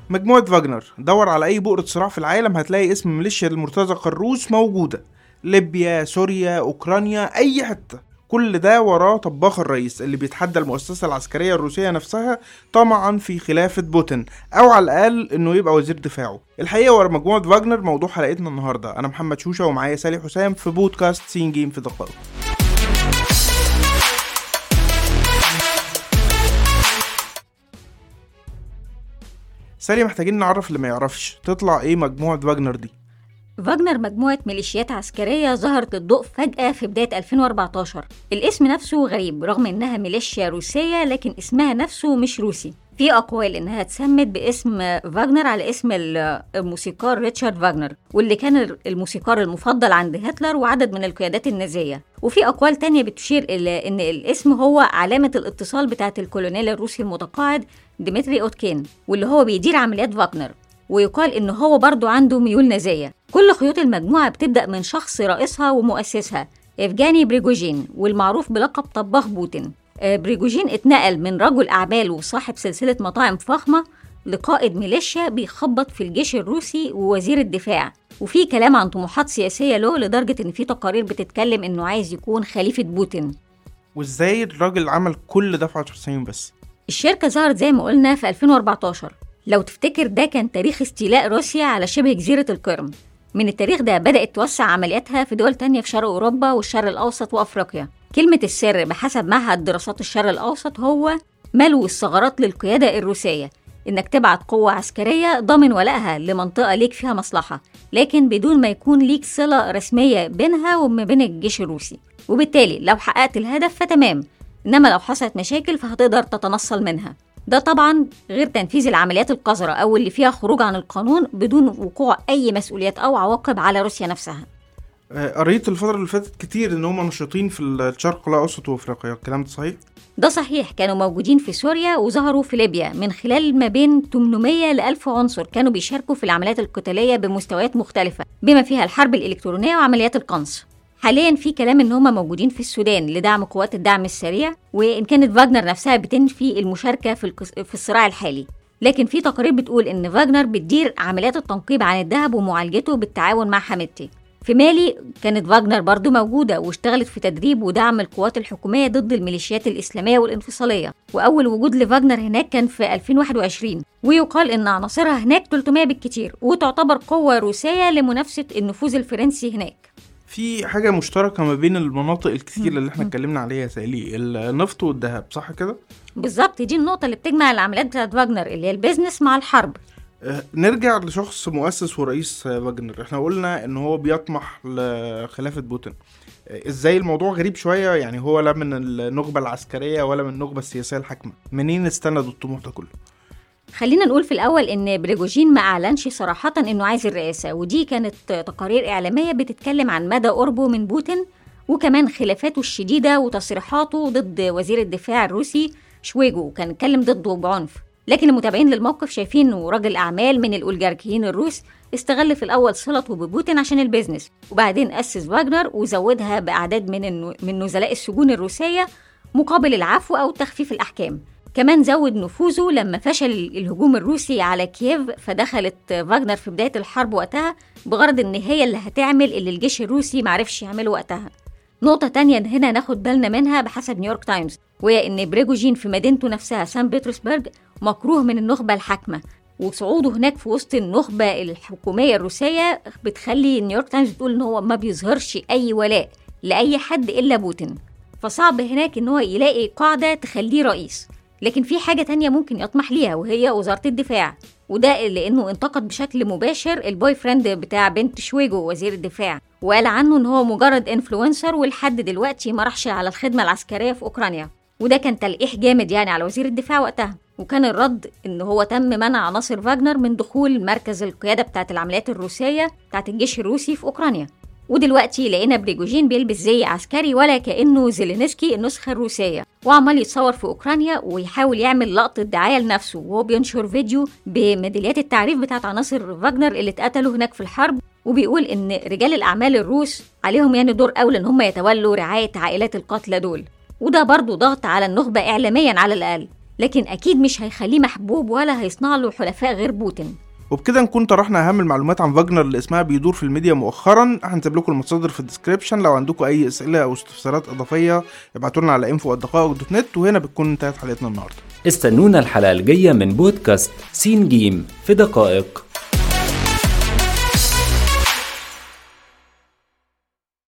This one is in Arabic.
مجموعة فاجنر، دور على أي بؤرة صراع في العالم هتلاقي اسم ميليشيا المرتزقة الروس موجودة. ليبيا، سوريا، أوكرانيا، أي حتة. كل ده وراه طباخ الرئيس اللي بيتحدى المؤسسة العسكرية الروسية نفسها طمعا في خلافة بوتين، أو على الأقل إنه يبقى وزير دفاعه. الحقيقة ورا مجموعة فاجنر موضوع حلقتنا النهاردة. أنا محمد شوشة ومعايا سالي حسام في بودكاست سين جيم في دقائق. سالي، محتاجين نعرف اللي ما يعرفش تطلع ايه مجموعة فاجنر دي؟ فاجنر مجموعة ميليشيات عسكرية ظهرت الضوء فجأة في بداية 2014. الاسم نفسه غريب رغم انها ميليشيا روسية، لكن اسمها نفسه مش روسي. في أقوال إنها اتسمت باسم فاجنر على اسم الموسيقار ريتشارد فاجنر، واللي كان الموسيقار المفضل عند هتلر وعدد من القيادات النازية. وفي أقوال تانية بتشير إلى إن الاسم هو علامة الاتصال بتاعة الكولونيل الروسي المتقاعد ديمتري أوتكين، واللي هو بيدير عمليات فاجنر، ويقال إنه هو برضو عنده ميول نازية. كل خيوط المجموعة بتبدأ من شخص رئيسها ومؤسسها إفغاني بريغوجين، والمعروف بلقب طباخ بوتين. بريغوجين اتنقل من رجل أعمال وصاحب سلسلة مطاعم فخمة لقائد ميليشيا بيخبط في الجيش الروسي ووزير الدفاع. وفي كلام عن طموحات سياسية له، لدرجة إن في تقارير بتتكلم إنه عايز يكون خليفة بوتين. وإزاي الراجل عمل كل ده في 10 سنين بس؟ الشركة ظهرت زي ما قلنا في 2014. لو تفتكر ده كان تاريخ استيلاء روسيا على شبه جزيرة القرم. من التاريخ ده بدأت توسع عملياتها في دول تانية في شرق أوروبا والشرق الأوسط وأفريقيا. كلمة السر بحسب معهد دراسات الشرق الأوسط هو ملو الثغرات للقيادة الروسية، إنك تبعت قوة عسكرية ضامن ولائها لمنطقة ليك فيها مصلحة، لكن بدون ما يكون ليك صلة رسمية بينها وما بين الجيش الروسي. وبالتالي لو حققت الهدف فتمام، إنما لو حصلت مشاكل فهتقدر تتنصل منها. ده طبعا غير تنفيذ العمليات القذرة أو اللي فيها خروج عن القانون بدون وقوع أي مسؤوليات أو عواقب على روسيا نفسها. قريت الفترة اللي فاتت كتير إن هم نشيطين في الشرق الأوسط وأفريقيا، الكلام ده صحيح؟ ده صحيح، كانوا موجودين في سوريا وظهروا في ليبيا. من خلال ما بين 800 ل 1000 عنصر كانوا بيشاركوا في العمليات القتالية بمستويات مختلفة، بما فيها الحرب الإلكترونية وعمليات القنص. حاليا في كلام ان هم موجودين في السودان لدعم قوات الدعم السريع، وان كانت فاجنر نفسها بتنفي المشاركه في الصراع الحالي. لكن في تقارير بتقول ان فاجنر بتدير عمليات التنقيب عن الذهب ومعالجته بالتعاون مع حميدتي. في مالي كانت فاجنر برضو موجوده واشتغلت في تدريب ودعم القوات الحكوميه ضد الميليشيات الاسلاميه والانفصاليه، واول وجود لفاجنر هناك كان في 2021. ويقال ان عناصرها هناك 300 بالكتير، وتعتبر قوه روسيه لمنافسه النفوذ الفرنسي هناك. في حاجة مشتركة ما بين المناطق الكتير اللي احنا اتكلمنا عليها سالي، النفط والذهب، صح كده؟ بالظبط، دي النقطة اللي بتجمع العمليات بتاعت فاجنر اللي هي البيزنس مع الحرب. نرجع لشخص مؤسس ورئيس فاجنر. احنا قلنا ان هو بيطمح لخلافة بوتين. ازاي الموضوع غريب شوية، يعني هو لا من النخبة العسكرية ولا من النخبة السياسية الحاكمة، منين استندوا الطموح ده كله؟ خلينا نقول في الأول إن بريغوجين ما أعلنش صراحة إنه عايز الرئاسة، ودي كانت تقارير إعلامية بتتكلم عن مدى قربه من بوتين، وكمان خلافاته الشديدة وتصريحاته ضد وزير الدفاع الروسي شويجو، كان اتكلم ضده بعنف. لكن المتابعين للموقف شايفين إنه راجل أعمال من الأوليغاركيين الروس استغل في الأول صلته ببوتين عشان البيزنس، وبعدين أسس فاجنر وزودها بأعداد من نزلاء السجون الروسية مقابل العفو أو تخفيف الأحكام. كمان زود نفوذه لما فشل الهجوم الروسي على كييف، فدخلت فاجنر في بداية الحرب وقتها بغرض ان هي اللي هتعمل اللي الجيش الروسي معرفش يعمله وقتها. نقطة تانية هنا ناخد بالنا منها بحسب نيويورك تايمز، وهي ان بريغوجين في مدينته نفسها سان بطرسبرغ مكروه من النخبة الحاكمة، وصعوده هناك في وسط النخبة الحكومية الروسية بتخلي نيويورك تايمز بتقول ان هو ما بيظهرش اي ولاء لأي حد إلا بوتين، فصعب هناك ان هو يلاقي قاعدة تخليه رئيس. لكن في حاجة تانية ممكن يطمح ليها، وهي وزارة الدفاع، وده لأنه انتقد بشكل مباشر البوي فريند بتاع بنت شويجو وزير الدفاع، وقال عنه ان هو مجرد انفلونسر ولحد دلوقتي ما راحش على الخدمة العسكرية في أوكرانيا. وده كان تلقيح جامد يعني على وزير الدفاع وقتها. وكان الرد ان هو تم منع عناصر فاجنر من دخول مركز القيادة بتاعت العمليات الروسية بتاعت الجيش الروسي في أوكرانيا. ودلوقتي لقينا بريغوجين بيلبس زي عسكري ولا كأنه زيلينسكي النسخة الروسية، وعمال يتصور في أوكرانيا ويحاول يعمل لقطة دعاية لنفسه، وهو بينشر فيديو بميداليات التعريف بتاعت عناصر فاجنر اللي اتقتلوا هناك في الحرب، وبيقول إن رجال الأعمال الروس عليهم يعني دور أولى إن هم يتولوا رعاية عائلات القتلى دول. وده برضو ضغط على النخبة إعلاميا على الأقل، لكن أكيد مش هيخليه محبوب ولا هيصنع له حلفاء غير بوتين. وبكده نكون طرحنا اهم المعلومات عن فاجنر اللي اسمها بيدور في الميديا مؤخرا. هنسيب لكم المصادر في الديسكريبشن، لو عندكم اي اسئله او استفسارات اضافيه ابعتوا لنا على info@دقائق.net. وهنا بتكون انتهت حلقتنا النهارده. استنونا الحلقة الجاية من بودكاست سين جيم في دقائق.